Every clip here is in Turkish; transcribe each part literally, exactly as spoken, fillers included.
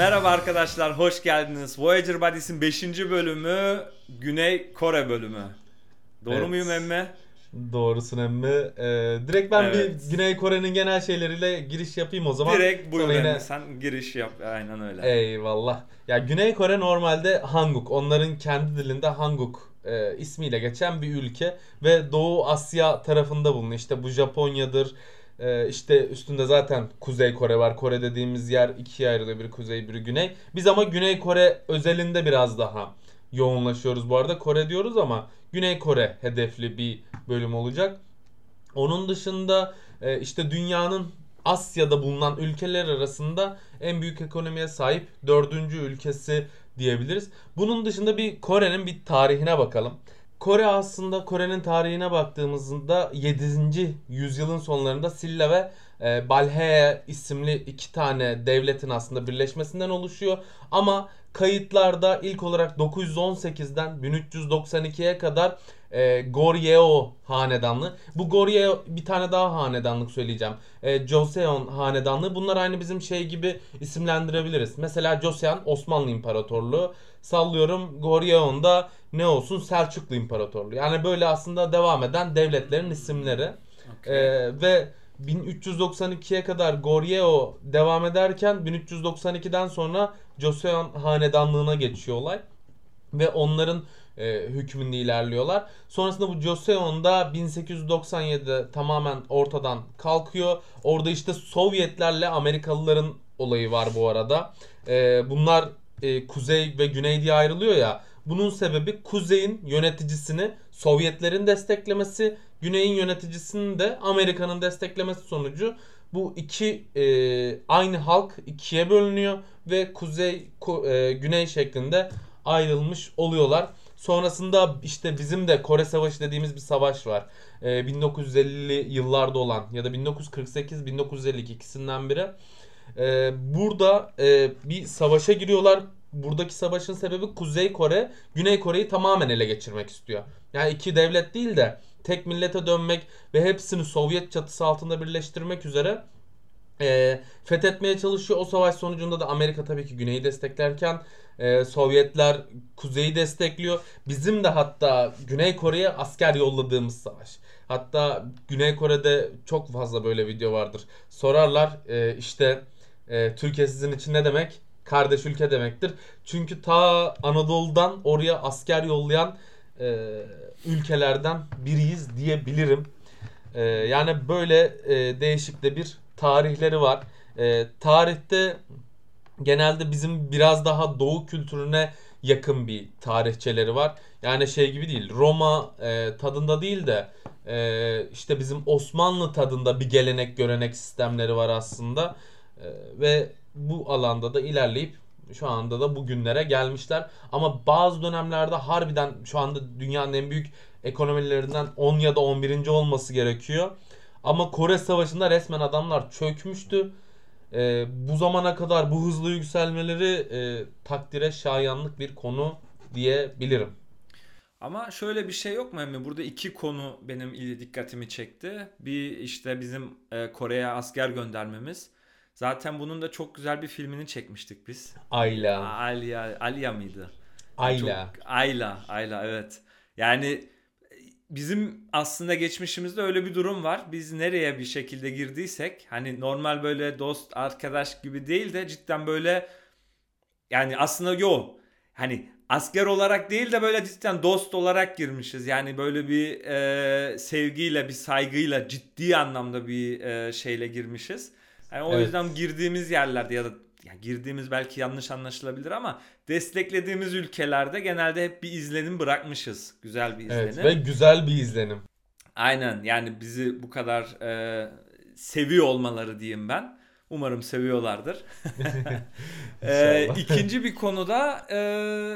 Merhaba arkadaşlar, hoş geldiniz. Voyager Bodies'in beşinci bölümü, Güney Kore bölümü. Doğru muyum Evet. emme? Doğrusun emmi. Ee, direkt ben bir Evet. Güney Kore'nin genel şeyleriyle giriş yapayım o zaman. Direkt buyur Sonra emmi, yine sen giriş yap. Aynen öyle. eyvallah. Ya Güney Kore normalde Hanguk. Onların kendi dilinde Hanguk e, ismiyle geçen bir ülke ve Doğu Asya tarafında bulunuyor. İşte bu Japonya'dır. E, işte üstünde zaten Kuzey Kore var. Kore dediğimiz yer ikiye ayrılıyor. Biri kuzey, biri güney. Biz ama Güney Kore özelinde biraz daha yoğunlaşıyoruz bu arada. Kore diyoruz ama Güney Kore hedefli bir bölüm olacak. Onun dışında e, işte dünyanın Asya'da bulunan ülkeler arasında en büyük ekonomiye sahip dördüncü ülkesi diyebiliriz. Bunun dışında bir Kore'nin bir tarihine bakalım. Kore aslında Kore'nin tarihine baktığımızda yedinci yüzyılın sonlarında Silla ve e, Balhae isimli iki tane devletin aslında birleşmesinden oluşuyor. Ama kayıtlarda ilk olarak dokuz yüz on sekizden bin üç yüz doksan ikiye kadar e, Goryeo hanedanlığı. Bu Goryeo bir tane daha hanedanlık söyleyeceğim. E, Joseon hanedanlığı. Bunlar aynı bizim şey gibi isimlendirebiliriz. Mesela Joseon Osmanlı İmparatorluğu. Sallıyorum Goryeon da ne olsun Selçuklu İmparatorluğu. Yani böyle aslında devam eden devletlerin isimleri. E, Okey. ve bin üç yüz doksan ikiye kadar Goryeo devam ederken bin üç yüz doksan ikiden sonra Joseon hanedanlığına geçiyor olay ve onların e, hükmünde ilerliyorlar. Sonrasında bu Joseon'da bin sekiz yüz doksan yedide tamamen ortadan kalkıyor. Orada işte Sovyetlerle Amerikalıların olayı var bu arada. E, bunlar e, kuzey ve güney diye ayrılıyor ya. Bunun sebebi kuzeyin yöneticisini Sovyetlerin desteklemesi, güneyin yöneticisini de Amerika'nın desteklemesi sonucu bu iki e, aynı halk ikiye bölünüyor ve kuzey ku, e, güney şeklinde ayrılmış oluyorlar. Sonrasında işte bizim de Kore Savaşı dediğimiz bir savaş var. Ee, bin dokuz yüz ellili yıllarda olan ya da bin dokuz yüz kırk sekiz bin dokuz yüz elli iki ikisinden biri. Ee, burada e, bir savaşa giriyorlar. Buradaki savaşın sebebi Kuzey Kore, Güney Kore'yi tamamen ele geçirmek istiyor. Yani iki devlet değil de tek millete dönmek ve hepsini Sovyet çatısı altında birleştirmek üzere e, fethetmeye çalışıyor. O savaş sonucunda da Amerika tabii ki Güney'i desteklerken e, Sovyetler Kuzey'i destekliyor. Bizim de hatta Güney Kore'ye asker yolladığımız savaş. Hatta Güney Kore'de çok fazla böyle video vardır. Sorarlar e, işte e, Türkiye sizin için ne demek? Kardeş ülke demektir. Çünkü ta Anadolu'dan oraya asker yollayan e, ülkelerden biriyiz diyebilirim. Ee, yani böyle e, değişik de bir tarihleri var. E, tarihte genelde bizim biraz daha doğu kültürüne yakın bir tarihçeleri var. Yani şey gibi değil. Roma e, tadında değil de e, işte bizim Osmanlı tadında bir gelenek görenek sistemleri var aslında. E, ve bu alanda da ilerleyip şu anda da bugünlere gelmişler. Ama bazı dönemlerde harbiden şu anda dünyanın en büyük ekonomilerinden on ya da on birinci olması gerekiyor. Ama Kore Savaşı'nda resmen adamlar çökmüştü. Ee, bu zamana kadar bu hızlı yükselmeleri e, takdire şayanlık bir konu diyebilirim. Ama şöyle bir şey yok mu emmi? Burada iki konu benim il- dikkatimi çekti. Bir işte bizim e, Kore'ye asker göndermemiz. Zaten bunun da çok güzel bir filmini çekmiştik biz. Bir Ayla. Alya, Alya mıydı? Yani çok Ayla. Ayla, Ayla evet. Yani bizim aslında geçmişimizde öyle bir durum var. Biz nereye bir şekilde girdiysek hani normal böyle dost arkadaş gibi değil de cidden böyle yani aslında yo hani asker olarak değil de böyle cidden dost olarak girmişiz. Yani böyle bir e, sevgiyle bir saygıyla ciddi anlamda bir e, şeyle girmişiz. Yani o yüzden Evet. girdiğimiz yerlerde ya da ya girdiğimiz belki yanlış anlaşılabilir ama desteklediğimiz ülkelerde genelde hep bir izlenim bırakmışız. Güzel bir Evet ve izlenim. güzel bir izlenim. Aynen yani bizi bu kadar e, seviyor olmaları diyeyim ben. Umarım seviyorlardır. e, İnşallah. ikinci bir konuda e,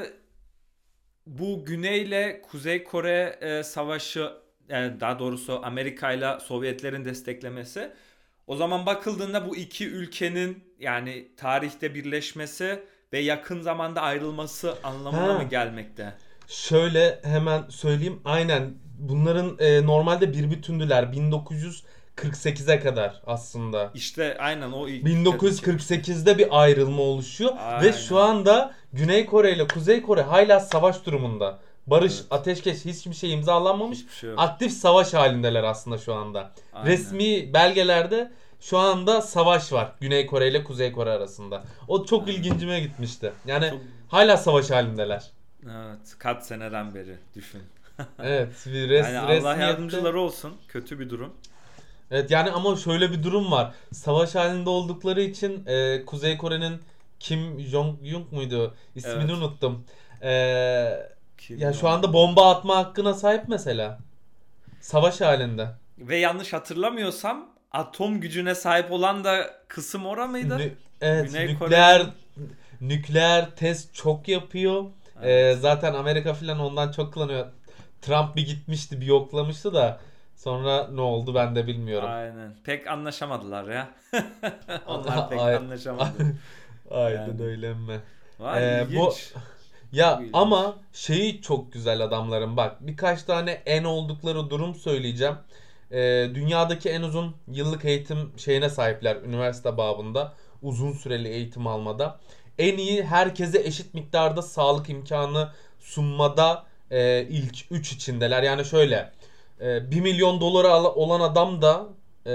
bu Güney ile Kuzey Kore e, savaşı yani daha doğrusu Amerika ile Sovyetlerin desteklemesi. O zaman bakıldığında bu iki ülkenin yani tarihte birleşmesi ve yakın zamanda ayrılması anlamına mı Ha, gelmekte? şöyle hemen söyleyeyim. Aynen bunların e, normalde bir bütündüler. bin dokuz yüz kırk sekize kadar aslında. İşte aynen o bin dokuz yüz kırk sekizde bir ayrılma oluşuyor aynen. Ve şu anda Güney Kore ile Kuzey Kore hala savaş durumunda. Barış, Evet. ateşkes, hiçbir şey imzalanmamış. Hiçbir şey yok. Aktif savaş halindeler aslında şu anda. Aynen. Resmi belgelerde şu anda savaş var Güney Kore ile Kuzey Kore arasında. O çok Aynen. ilgincime gitmişti. Yani Çok- hala savaş halindeler. Evet, kaç seneden beri düşün. Evet, bir res, Yani Allah resmiyette. yardımcıları olsun. Kötü bir durum. Evet, yani ama şöyle bir durum var. Savaş halinde oldukları için e, Kuzey Kore'nin Kim Jong-un muydu? İsmini Evet. unuttum. E, Kim ya şu Jong- anda bomba atma hakkına sahip mesela. Savaş halinde. Ve yanlış hatırlamıyorsam atom gücüne sahip olan da kısım ora mıydı? Nü- evet, Güney nükleer Kore'nin- nükleer test çok yapıyor. E, Evet. zaten Amerika falan ondan çok kullanıyor. Trump bir gitmişti, bir yoklamıştı da sonra ne oldu ben de bilmiyorum. Aynen. Pek anlaşamadılar ya. Onlar pek Ay- anlaşamadı. Aynen Yani. öyle mi? Vay Ee, ilginç. bu Ya Çok ilginç. ama şeyi çok güzel adamların, bak birkaç tane en oldukları durum söyleyeceğim. Ee, dünyadaki en uzun yıllık eğitim şeyine sahipler üniversite babında, uzun süreli eğitim almada. En iyi, herkese eşit miktarda sağlık imkanı sunmada e, ilk üç içindeler. Yani şöyle e, bir milyon doları al- olan adam da e,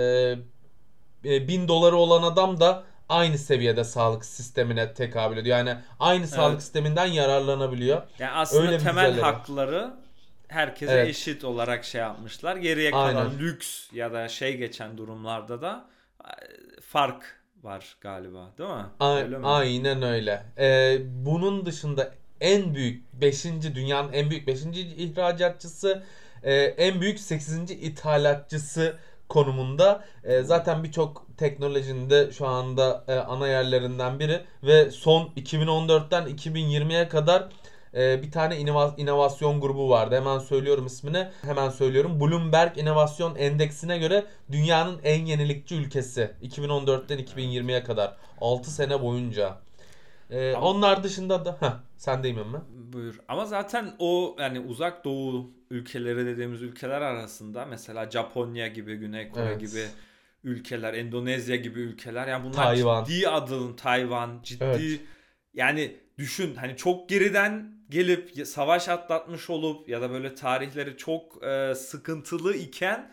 e, bin doları olan adam da aynı seviyede sağlık sistemine tekabül ediyor. Yani aynı sağlık Evet. sisteminden yararlanabiliyor. Yani aslında Öyle bir temel güzelleri var. hakları herkese Evet. eşit olarak şey yapmışlar. Geriye Aynen. kalan lüks ya da şey geçen durumlarda da e, fark var galiba, değil mi? A- Öyle mi? aynen öyle. Ee, bunun dışında en büyük beşinci dünyanın en büyük beşinci ihracatçısı, e, en büyük sekizinci ithalatçısı konumunda. E, zaten birçok teknolojinin de şu anda e, ana yerlerinden biri ve son iki bin on dörtten iki bin yirmiye kadar e, bir tane inova- inovasyon grubu vardı. Hemen söylüyorum ismini. Hemen söylüyorum. Bloomberg İnovasyon Endeksine göre dünyanın en yenilikçi ülkesi. iki bin on dörtten iki bin yirmiye kadar. altı sene boyunca. Ee, Ama- onlar dışında da heh, sendeyim mi? Buyur. Ama zaten o yani uzak doğu ülkeleri dediğimiz ülkeler arasında mesela Japonya gibi, Güney Kore Evet. gibi ülkeler, Endonezya gibi ülkeler, yani bunlar Tayvan. ciddi adım, Tayvan ciddi, Evet. yani düşün hani çok geriden gelip savaş atlatmış olup ya da böyle tarihleri çok e, sıkıntılı iken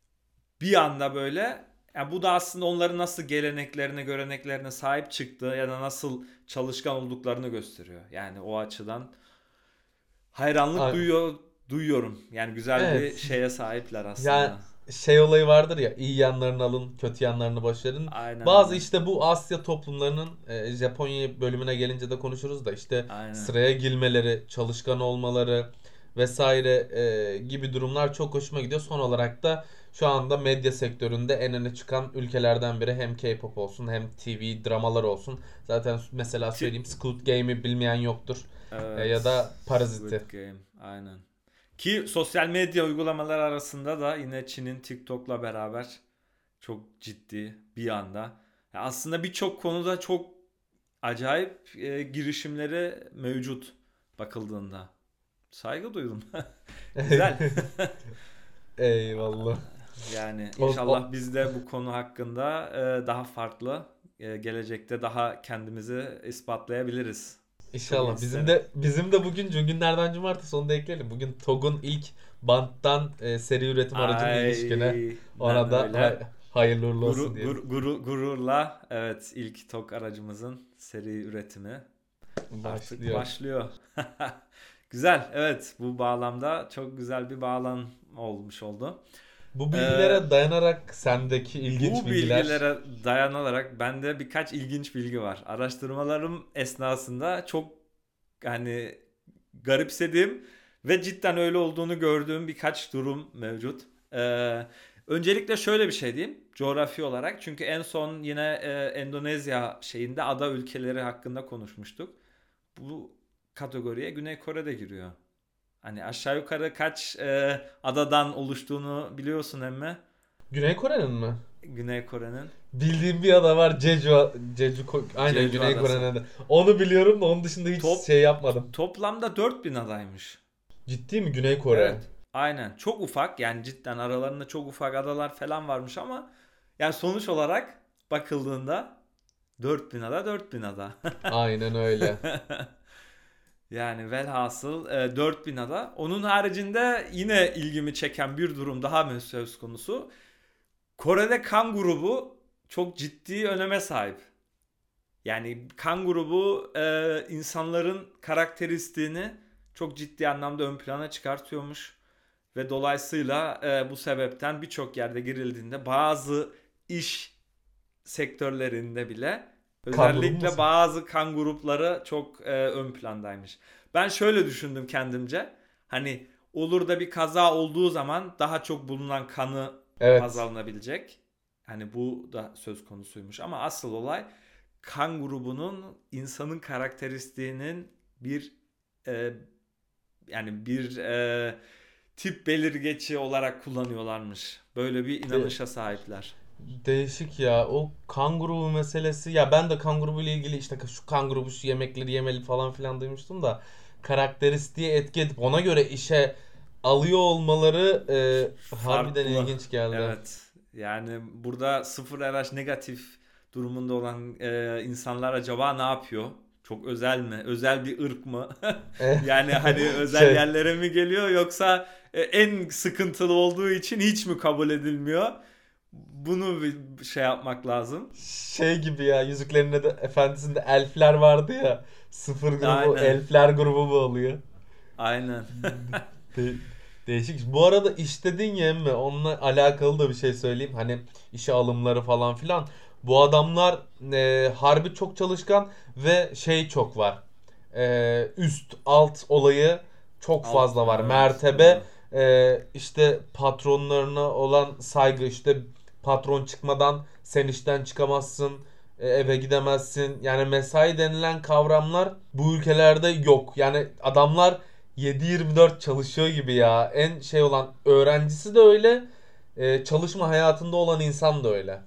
bir anda böyle, yani bu da aslında onların nasıl geleneklerine, göreneklerine sahip çıktığı ya da nasıl çalışkan olduklarını gösteriyor. Yani o açıdan hayranlık Ay- duyuyor duyuyorum. Yani güzel Evet. bir şeye sahipler aslında. Yani şey olayı vardır ya, iyi yanlarını alın, kötü yanlarını boş verin. Aynen Bazı öyle. işte bu Asya toplumlarının, e, Japonya bölümüne gelince de konuşuruz da, işte Aynen. sıraya girmeleri, çalışkan olmaları vesaire e, gibi durumlar çok hoşuma gidiyor. Son olarak da şu anda medya sektöründe en öne çıkan ülkelerden biri, hem K-pop olsun hem T V dramalar olsun. Zaten mesela söyleyeyim, Squid Game'i bilmeyen yoktur. Evet. E, ya da Parazit'i. Squid Game. Aynen. Ki sosyal medya uygulamaları arasında da yine Çin'in TikTok'la beraber çok ciddi bir anda. Ya aslında birçok konuda çok acayip e, girişimleri mevcut bakıldığında. Saygı duydum. Güzel. Eyvallah. Yani O- inşallah biz de bu konu hakkında e, daha farklı, e, gelecekte daha kendimizi ispatlayabiliriz. İnşallah. Çok Bizim isterim. de bizim de bugün günlerden cumartesi, onu da ekleyelim. Bugün TOG'un ilk banttan e, seri üretim aracının iniş günü. Aynen Ona da öyle. hay- hayırlı uğurlu olsun Guru, diyelim. gur- guru- gururla evet, ilk TOG aracımızın seri üretimi artık Başlıyor. başlıyor. Güzel, evet, bu bağlamda çok güzel bir bağlam olmuş oldu. Bu bilgilere Ee, dayanarak sendeki ilginç Bu bilgiler. bilgilere dayanarak bende birkaç ilginç bilgi var. Araştırmalarım esnasında çok hani garipsediğim ve cidden öyle olduğunu gördüğüm birkaç durum mevcut. Ee, öncelikle şöyle bir şey diyeyim coğrafi olarak. Çünkü en son yine e, Endonezya şeyinde ada ülkeleri hakkında konuşmuştuk. Bu kategoriye Güney Kore de giriyor. Hani aşağı yukarı kaç e, adadan oluştuğunu biliyorsun emme? Güney Kore'nin mi? Güney Kore'nin. Bildiğim bir ada var, Jeju, Jeju Ko- aynen Jeju Güney adası. Kore'nin de. Onu biliyorum da onun dışında hiç Top- şey yapmadım. Toplamda dört bin adaymış. Ciddi mi Güney Kore? Evet. Aynen. Çok ufak, yani cidden aralarında çok ufak adalar falan varmış ama yani sonuç olarak bakıldığında dört bin ada dört bin ada. Aynen öyle. Yani velhasıl e, dört bin ada. Onun haricinde yine ilgimi çeken bir durum daha mı söz konusu? Kore'de kan grubu çok ciddi öneme sahip. Yani kan grubu e, insanların karakteristiğini çok ciddi anlamda ön plana çıkartıyormuş. Ve dolayısıyla e, bu sebepten birçok yerde girildiğinde bazı iş sektörlerinde bile Kan grubu mu? özellikle bazı kan grupları çok e, ön plandaymış. Ben şöyle düşündüm kendimce. Hani olur da bir kaza olduğu zaman daha çok bulunan kanı baz Evet. alınabilecek. Hani bu da söz konusuymuş ama asıl olay kan grubunun insanın karakteristiğinin bir e, yani bir e, tip belirgeci olarak kullanıyorlarmış. Böyle bir De- inanışa sahipler. Değişik ya. O kan grubu meselesi. Ya ben de kan grubu ile ilgili işte şu kan grubu şu yemekleri yemeli falan filan duymuştum da karakteristiğe etki edip ona göre işe alıyor olmaları e, harbiden Farklı. ilginç geldi. Evet. Yani burada sıfır R H negatif durumunda olan e, insanlar acaba ne yapıyor? Çok özel mi? Özel bir ırk mı? E, Yani hani özel şey yerlere mi geliyor yoksa e, en sıkıntılı olduğu için hiç mi kabul edilmiyor? Bunu bir şey yapmak lazım. şey gibi ya, Yüzüklerin de Efendisi'nde elfler vardı ya. Sıfır grubu Aynen. elfler grubu mu oluyor? Aynen. De- Değişik. Bu arada iş dedin ya emmi, onunla alakalı da bir şey söyleyeyim. Hani işe alımları falan filan. Bu adamlar e, harbi çok çalışkan ve şey çok var. E, üst alt olayı çok Alt, fazla var. evet, Mertebe, doğru. e, işte patronlarına olan saygı, işte patron çıkmadan sen işten çıkamazsın, e, eve gidemezsin. Yani mesai denilen kavramlar bu ülkelerde yok. Yani adamlar yedi yirmi dört çalışıyor gibi ya. En şey olan öğrencisi de öyle, e, çalışma hayatında olan insan da öyle.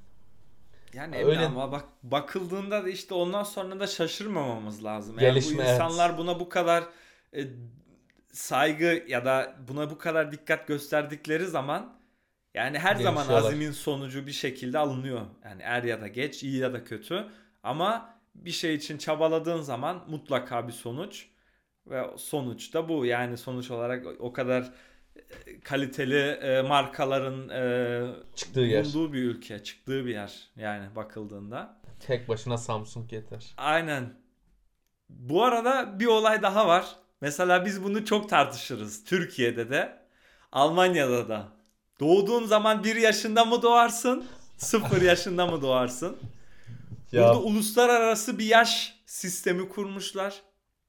Yani Emre Öyle ama bak bakıldığında da işte ondan sonra da şaşırmamamız lazım. Eğer bu gelişme, evet. insanlar buna bu kadar e, saygı ya da buna bu kadar dikkat gösterdikleri zaman yani her zaman Gelişiyorlar. azimin sonucu bir şekilde alınıyor. Yani er ya da geç, iyi ya da kötü. Ama bir şey için çabaladığın zaman mutlaka bir sonuç ve sonuç da bu. Yani sonuç olarak o kadar kaliteli e, markaların e, Çıktığı yer. bulunduğu bir ülke, çıktığı bir yer yani bakıldığında. Tek başına Samsung yeter. Aynen. Bu arada bir olay daha var. Mesela biz bunu çok tartışırız. Türkiye'de de, Almanya'da da. Doğduğun zaman bir yaşında mı doğarsın, sıfır yaşında mı doğarsın? Burada Ya uluslararası bir yaş sistemi kurmuşlar.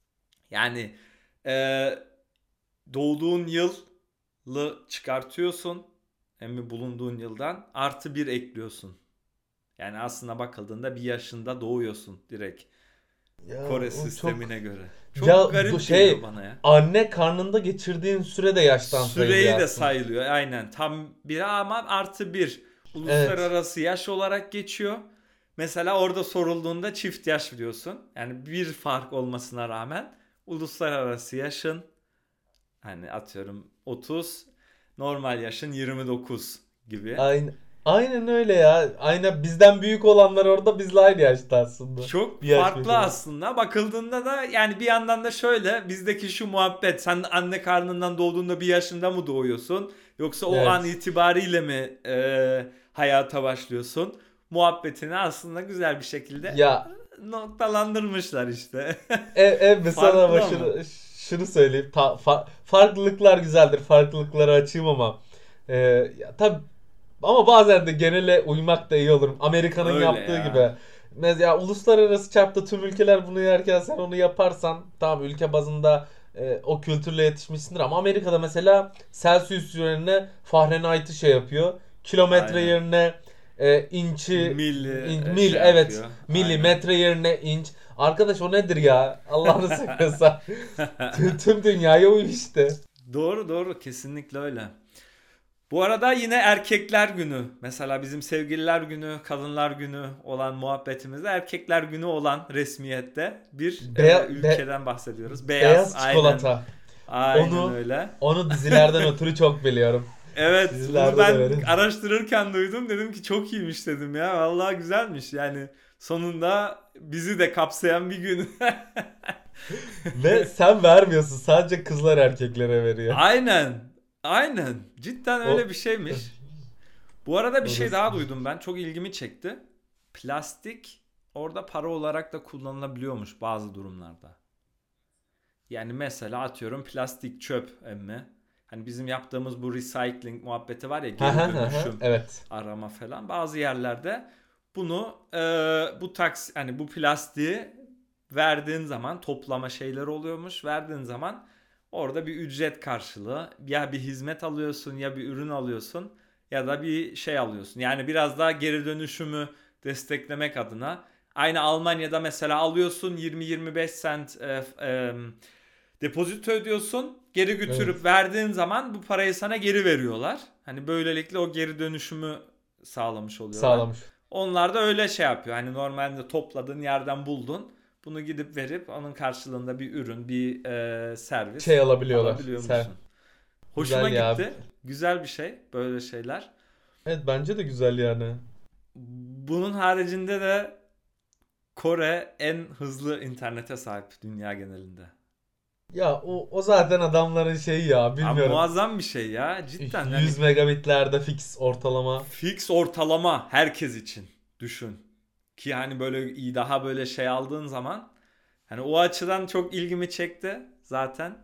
Yani e, doğduğun yılı çıkartıyorsun. Hem bulunduğun yıldan artı bir ekliyorsun. Yani aslında bakıldığında bir yaşında doğuyorsun direkt. ya Kore o çok, sistemine göre. ya Çok do- garip geliyor şey, bana ya. anne karnında geçirdiğin süre de yaştan sayılıyor Süreyi de aslında. sayılıyor aynen. Tam bir ama artı bir. Evet. Uluslararası yaş olarak geçiyor. Mesela orada sorulduğunda çift yaş biliyorsun. Yani bir fark olmasına rağmen uluslararası yaşın hani atıyorum otuz, normal yaşın yirmi dokuz gibi. Aynen. Aynen öyle ya. Aynen, bizden büyük olanlar orada bizle aynı yaşta aslında. Çok Bir yaş farklı büyük olan. aslında. Bakıldığında da yani bir yandan da şöyle bizdeki şu muhabbet. Sen anne karnından doğduğunda bir yaşında mı doğuyorsun? Yoksa o an Evet. itibariyle mi e, hayata başlıyorsun? Muhabbetini aslında güzel bir şekilde Ya noktalandırmışlar işte. e, e, mesela ama Farklı ama. şunu, şunu söyleyeyim. Ta- fa- farklılıklar güzeldir. Farklılıkları açayım ama e, ya, tabii, ama bazen de genele uymak da iyi olur. Amerika'nın Öyle yaptığı ya. gibi. Mesela uluslararası çapta tüm ülkeler bunu yerken sen onu yaparsan tamam, ülke bazında e, o kültürle yetişmişsindir, ama Amerika'da mesela Celsius yerine Fahrenheit'i şey yapıyor. Kilometre Aynen. yerine e, inçi, Milli in- e, mil, şey evet, yapıyor. Aynen. milimetre yerine inç. Arkadaş o nedir ya? Allah'ını seversen. Tüm, tüm dünyaya uy işte. Doğru doğru kesinlikle öyle. Bu arada yine erkekler günü. Mesela bizim sevgililer günü, kadınlar günü olan muhabbetimizde erkekler günü olan resmiyette bir e, Beya- be- ülkeden bahsediyoruz. Beyaz, beyaz aynen. çikolata. Aynen Onu öyle. onu dizilerden ötürü çok biliyorum. Evet, bunu Dizilerde de ben verin. araştırırken duydum. Dedim ki çok iyiymiş dedim ya. Vallahi güzelmiş. Yani sonunda bizi de kapsayan bir gün. Ve sen vermiyorsun. Sadece kızlar erkeklere veriyor. Aynen. Aynen. Cidden öyle O bir şeymiş. Bu arada bir şey orası. daha duydum ben. Çok ilgimi çekti. Plastik orada para olarak da kullanılabiliyormuş bazı durumlarda. Yani mesela atıyorum plastik çöp emme. Hani bizim yaptığımız bu recycling muhabbeti var ya, geri dönüşüm Evet. arama falan. Bazı yerlerde bunu e, bu taks hani bu plastiği verdiğin zaman toplama şeyleri oluyormuş. Verdiğin zaman orada bir ücret karşılığı, ya bir hizmet alıyorsun ya bir ürün alıyorsun ya da bir şey alıyorsun. Yani biraz daha geri dönüşümü desteklemek adına. Aynı Almanya'da mesela alıyorsun yirmi yirmi beş sent e, e, depozito ödüyorsun. Geri götürüp Evet. verdiğin zaman bu parayı sana geri veriyorlar. Hani böylelikle o geri dönüşümü sağlamış oluyorlar. Sağlamış. Onlar da öyle şey yapıyor. Hani normalde topladığın yerden buldun. Bunu gidip verip onun karşılığında bir ürün, bir e, Şey servis alabiliyorlar. Ser. alabiliyormuşsun. Hoşuma Güzel ya. gitti. Güzel bir şey böyle şeyler. Evet, bence de güzel yani. Bunun haricinde de Kore en hızlı internete sahip dünya genelinde. Ya o, o zaten adamların şeyi ya, Abi bilmiyorum. muazzam bir şey ya. Cidden hani yüz megabitlerde fix ortalama. fix ortalama herkes için düşün. Ki hani böyle iyi, daha böyle şey aldığın zaman hani o açıdan çok ilgimi çekti zaten.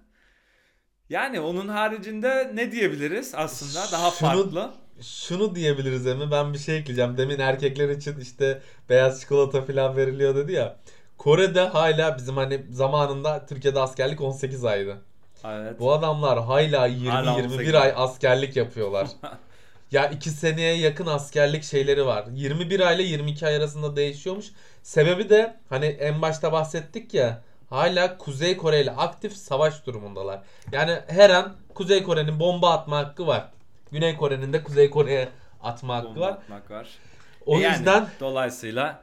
Yani onun haricinde ne diyebiliriz aslında daha Şunu farklı? şunu diyebiliriz Emi, ben bir şey ekleyeceğim. Demin erkekler için işte beyaz çikolata falan veriliyor dedi ya. Kore'de hala bizim hani zamanında Türkiye'de askerlik on sekiz aydı. Evet. Bu adamlar hala Hala yirmi yirmi bir on sekiz ay ay. askerlik yapıyorlar. Ya iki seneye yakın askerlik şeyleri var. yirmi bir ay ile yirmi iki ay arasında değişiyormuş. Sebebi de hani en başta bahsettik ya, hala Kuzey Kore ile aktif savaş durumundalar. Yani her an Kuzey Kore'nin bomba atma hakkı var. Güney Kore'nin de Kuzey Kore'ye atma hakkı Bomba var. atmak var. E O yani yüzden dolayısıyla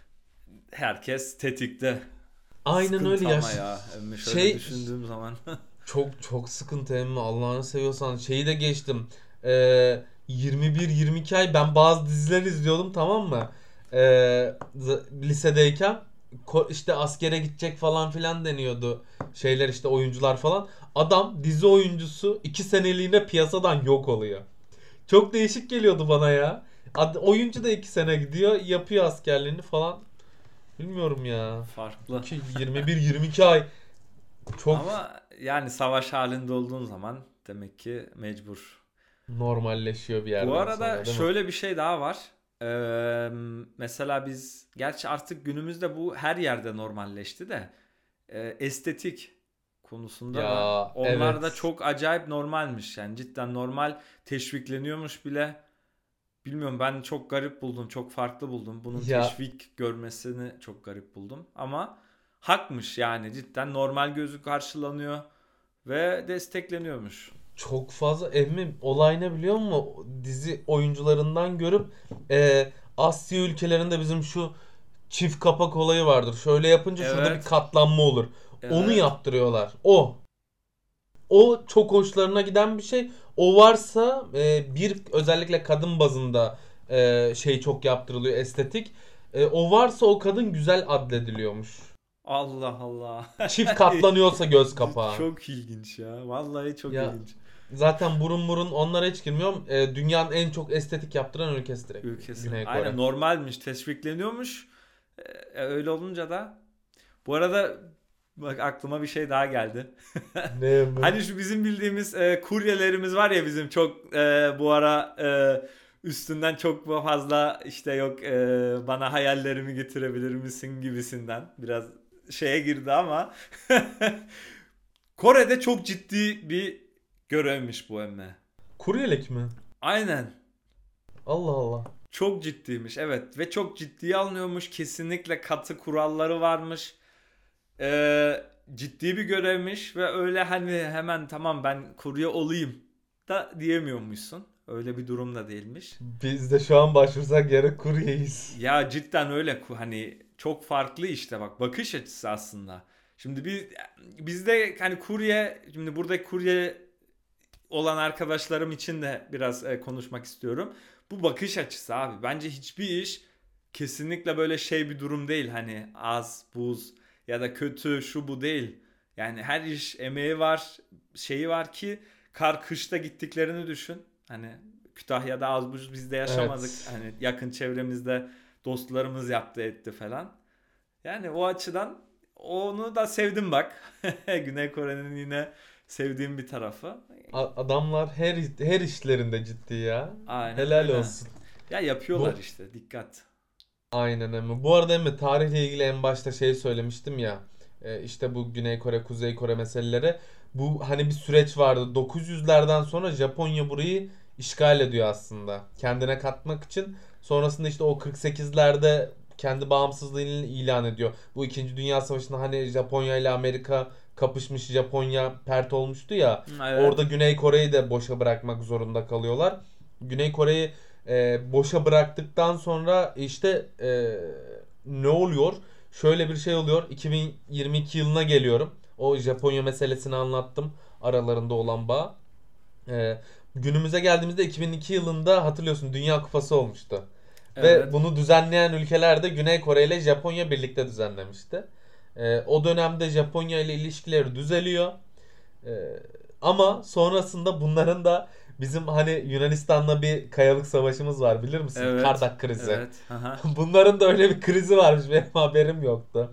herkes tetikte. aynen öyle Sıkıntı ya. ama ya. Emmi şöyle Şey, düşündüğüm zaman. çok çok sıkıntı emmi, Allah'ını seviyorsan. Şeyi de geçtim. Ee, yirmi bir yirmi iki ay ben bazı diziler izliyordum, tamam mı? Ee, lisedeyken ko- işte askere gidecek falan filan deniyordu. Şeyler işte, oyuncular falan. Adam dizi oyuncusu iki seneliğine piyasadan yok oluyor. Çok değişik geliyordu bana ya. Ad- oyuncu da iki sene gidiyor, yapıyor askerliğini falan. Bilmiyorum ya. Farklı. iki, yirmi bir yirmi iki ay çok Ama yani savaş halinde olduğun zaman demek ki mecbur. normalleşiyor bir Bu yerden arada sonra, değil mi? şöyle bir şey daha var. Ee, mesela biz, gerçi artık günümüzde bu her yerde normalleşti de e, estetik konusunda da Ya onlar da evet. çok acayip normalmiş. Yani cidden normal, teşvikleniyormuş bile. Bilmiyorum, ben çok garip buldum, çok farklı buldum. Bunun Ya teşvik görmesini çok garip buldum. Ama hakmış yani, cidden normal gözü karşılanıyor ve destekleniyormuş. çok fazla emmi, olay ne biliyor musun? Dizi oyuncularından görüp e, Asya ülkelerinde bizim şu çift kapak olayı vardır. Şöyle yapınca şurada bir Evet, katlanma olur. Onu evet. yaptırıyorlar. O. O çok hoşlarına giden bir şey. O varsa e, bir, özellikle kadın bazında e, şey çok yaptırılıyor, estetik. E, o varsa o kadın güzel adlediliyormuş. Allah Allah. Çift katlanıyorsa göz kapağı. Çok ilginç ya. Vallahi çok Ya ilginç. zaten burun burun onlara hiç girmiyorum. E, dünyanın en çok estetik yaptıran ülkesi direkt Ülkesi. Güney Aynen, Kore. normalmiş, teşvikleniyormuş. Ee, öyle olunca da. Bu arada bak, aklıma bir şey daha geldi. Ne mi? Hani şu bizim bildiğimiz e, kuryelerimiz var ya, bizim çok e, bu ara e, üstünden çok fazla işte, yok e, bana hayallerimi getirebilir misin gibisinden biraz şeye girdi ama Kore'de çok ciddi bir görevmiş bu emme. Kuryelik mi? Aynen. Allah Allah. Çok ciddiymiş, evet, ve çok ciddiye alınıyormuş, kesinlikle katı kuralları varmış. Ee, ciddi bir görevmiş ve öyle hani hemen tamam ben kurye olayım da diyemiyormuşsun. Öyle bir durum da değilmiş. Biz de şu an başvursak yarın kuryeyiz. Ya cidden öyle, hani çok farklı işte, bak bakış açısı aslında. Şimdi biz bizde hani kurye, şimdi buradaki kurye olan arkadaşlarım için de biraz e, konuşmak istiyorum. Bu bakış açısı abi. Bence hiçbir iş kesinlikle böyle şey bir durum değil. Hani az, buz ya da kötü şu bu değil. Yani her iş emeği var, şeyi var ki kar kışta gittiklerini düşün. Hani Kütahya'da az buz biz de yaşamadık. Evet. Hani yakın çevremizde dostlarımız yaptı etti falan. Yani o açıdan onu da sevdim bak. Güney Kore'nin yine sevdiğim bir tarafı. A- adamlar her her işlerinde ciddi ya. Aynen Helal öyle. olsun. Ya yapıyorlar Bu işte, dikkat. aynen Emre. Bu arada Emre, tarihle ilgili en başta şey söylemiştim ya. E, işte bu Güney Kore, Kuzey Kore meseleleri. Bu hani bir süreç vardı. dokuz yüzlerden sonra Japonya burayı işgal ediyor aslında. Kendine katmak için. Sonrasında işte o kırk sekizlerde kendi bağımsızlığını ilan ediyor. Bu İkinci Dünya Savaşı'nda hani Japonya ile Amerika kapışmış, Japonya pert olmuştu ya. Hı, evet. Orada Güney Kore'yi de boşa bırakmak zorunda kalıyorlar. Güney Kore'yi e, boşa bıraktıktan sonra işte e, ne oluyor? Şöyle bir şey oluyor. iki bin yirmi iki yılına geliyorum. O Japonya meselesini anlattım. Aralarında olan bağ. E, günümüze geldiğimizde iki bin iki yılında hatırlıyorsun Dünya Kupası olmuştu. Ve Evet. bunu düzenleyen ülkeler de Güney Kore ile Japonya birlikte düzenlemişti. E, o dönemde Japonya ile ilişkileri düzeliyor. Ee, ama sonrasında bunların da bizim hani Yunanistan'la bir kayalık savaşımız var, bilir misin? Evet. Kardak krizi. Evet. Aha. Bunların da öyle bir krizi varmış, benim haberim yoktu.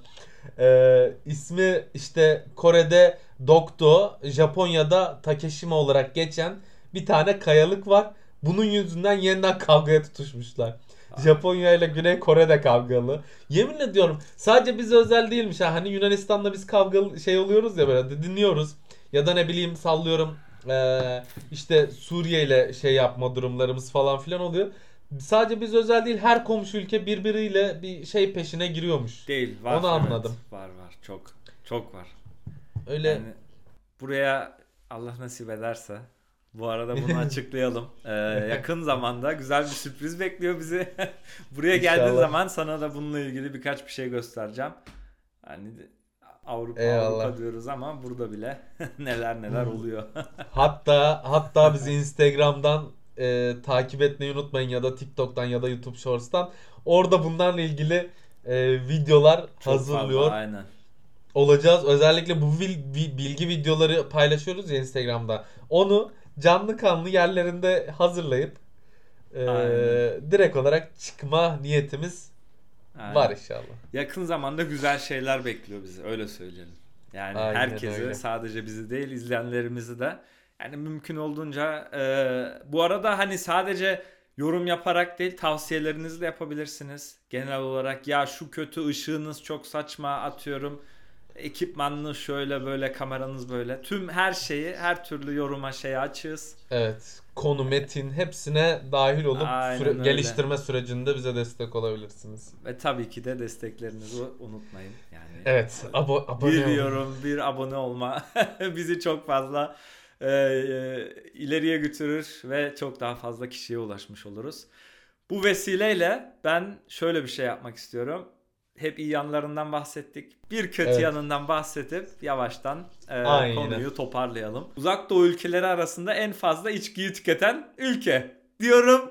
Ee, ismi işte Kore'de Dokdo, Japonya'da Takeshima olarak geçen bir tane kayalık var. Bunun yüzünden yeniden kavgaya tutuşmuşlar. Japonya ile Güney Kore'de kavgalı. Yemin ediyorum sadece bize özel değilmiş ha. Hani Yunanistan'da biz kavgalı şey oluyoruz ya, böyle dinliyoruz. Ya da ne bileyim sallıyorum ee, işte Suriye ile şey yapma durumlarımız falan filan oluyor. Sadece biz özel değil, her komşu ülke birbiriyle bir şey peşine giriyormuş. Değil. Var. Onu Evet. anladım. Var var. Çok. Çok var. Öyle. Yani buraya Allah nasip ederse bu arada bunu açıklayalım. Ee, yakın zamanda güzel bir sürpriz bekliyor bizi. Buraya geldiğin İnşallah. zaman sana da bununla ilgili birkaç bir şey göstereceğim. Hani de- Avrupa Eyvallah. Avrupa diyoruz ama burada bile neler neler oluyor. Hatta hatta bizi Instagram'dan e, takip etmeyi unutmayın, ya da TikTok'tan ya da YouTube Shorts'tan. Orada bunlarla ilgili e, videolar Çok fazla, hazırlıyor aynen. olacağız. Özellikle bu bil- bi- bilgi videoları paylaşıyoruz ya Instagram'da. Onu canlı kanlı yerlerinde hazırlayıp e, Aynen. direkt olarak çıkma niyetimiz var Aynen. inşallah. Yakın zamanda güzel şeyler bekliyor bizi, öyle söyleyelim. Yani Aynen herkesi, öyle. sadece bizi değil, izleyenlerimizi de. Yani mümkün olduğunca e, bu arada hani sadece yorum yaparak değil, tavsiyelerinizi de yapabilirsiniz. Genel olarak ya şu kötü, ışığınız çok saçma, atıyorum. Ekipmanınız şöyle böyle, kameranız böyle. Tüm her şeyi, her türlü yoruma şeye açığız. Evet. Konu, metin hepsine dahil olup süre- Aynen öyle. geliştirme sürecinde bize destek olabilirsiniz. Ve tabii ki de desteklerinizi unutmayın. Yani Evet. Abo abone bir olun. yorum, bir abone olma bizi çok fazla e, e, ileriye götürür ve çok daha fazla kişiye ulaşmış oluruz. Bu vesileyle ben şöyle bir şey yapmak istiyorum. Hep iyi yanlarından bahsettik. Bir kötü Evet. yanından bahsedip yavaştan e, Aynen. konuyu toparlayalım. Uzak Doğu ülkeleri arasında en fazla içkiyi tüketen ülke diyorum.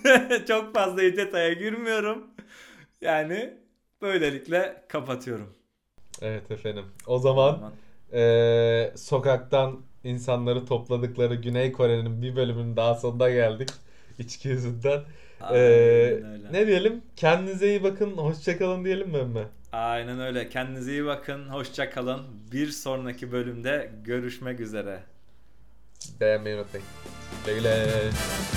Çok fazla detaya girmiyorum. Yani böylelikle kapatıyorum. Evet efendim. O O zaman zaman eee, sokaktan insanları topladıkları Güney Kore'nin bir bölümünün daha sonuna geldik. İçki yüzünden. Eee, aynen öyle. ne diyelim? Kendinize iyi bakın. Hoşçakalın diyelim mi Emre? Aynen öyle. Kendinize iyi bakın. Hoşça kalın. Bir sonraki bölümde görüşmek üzere. Beğenmeyi unutmayın. Güle güle.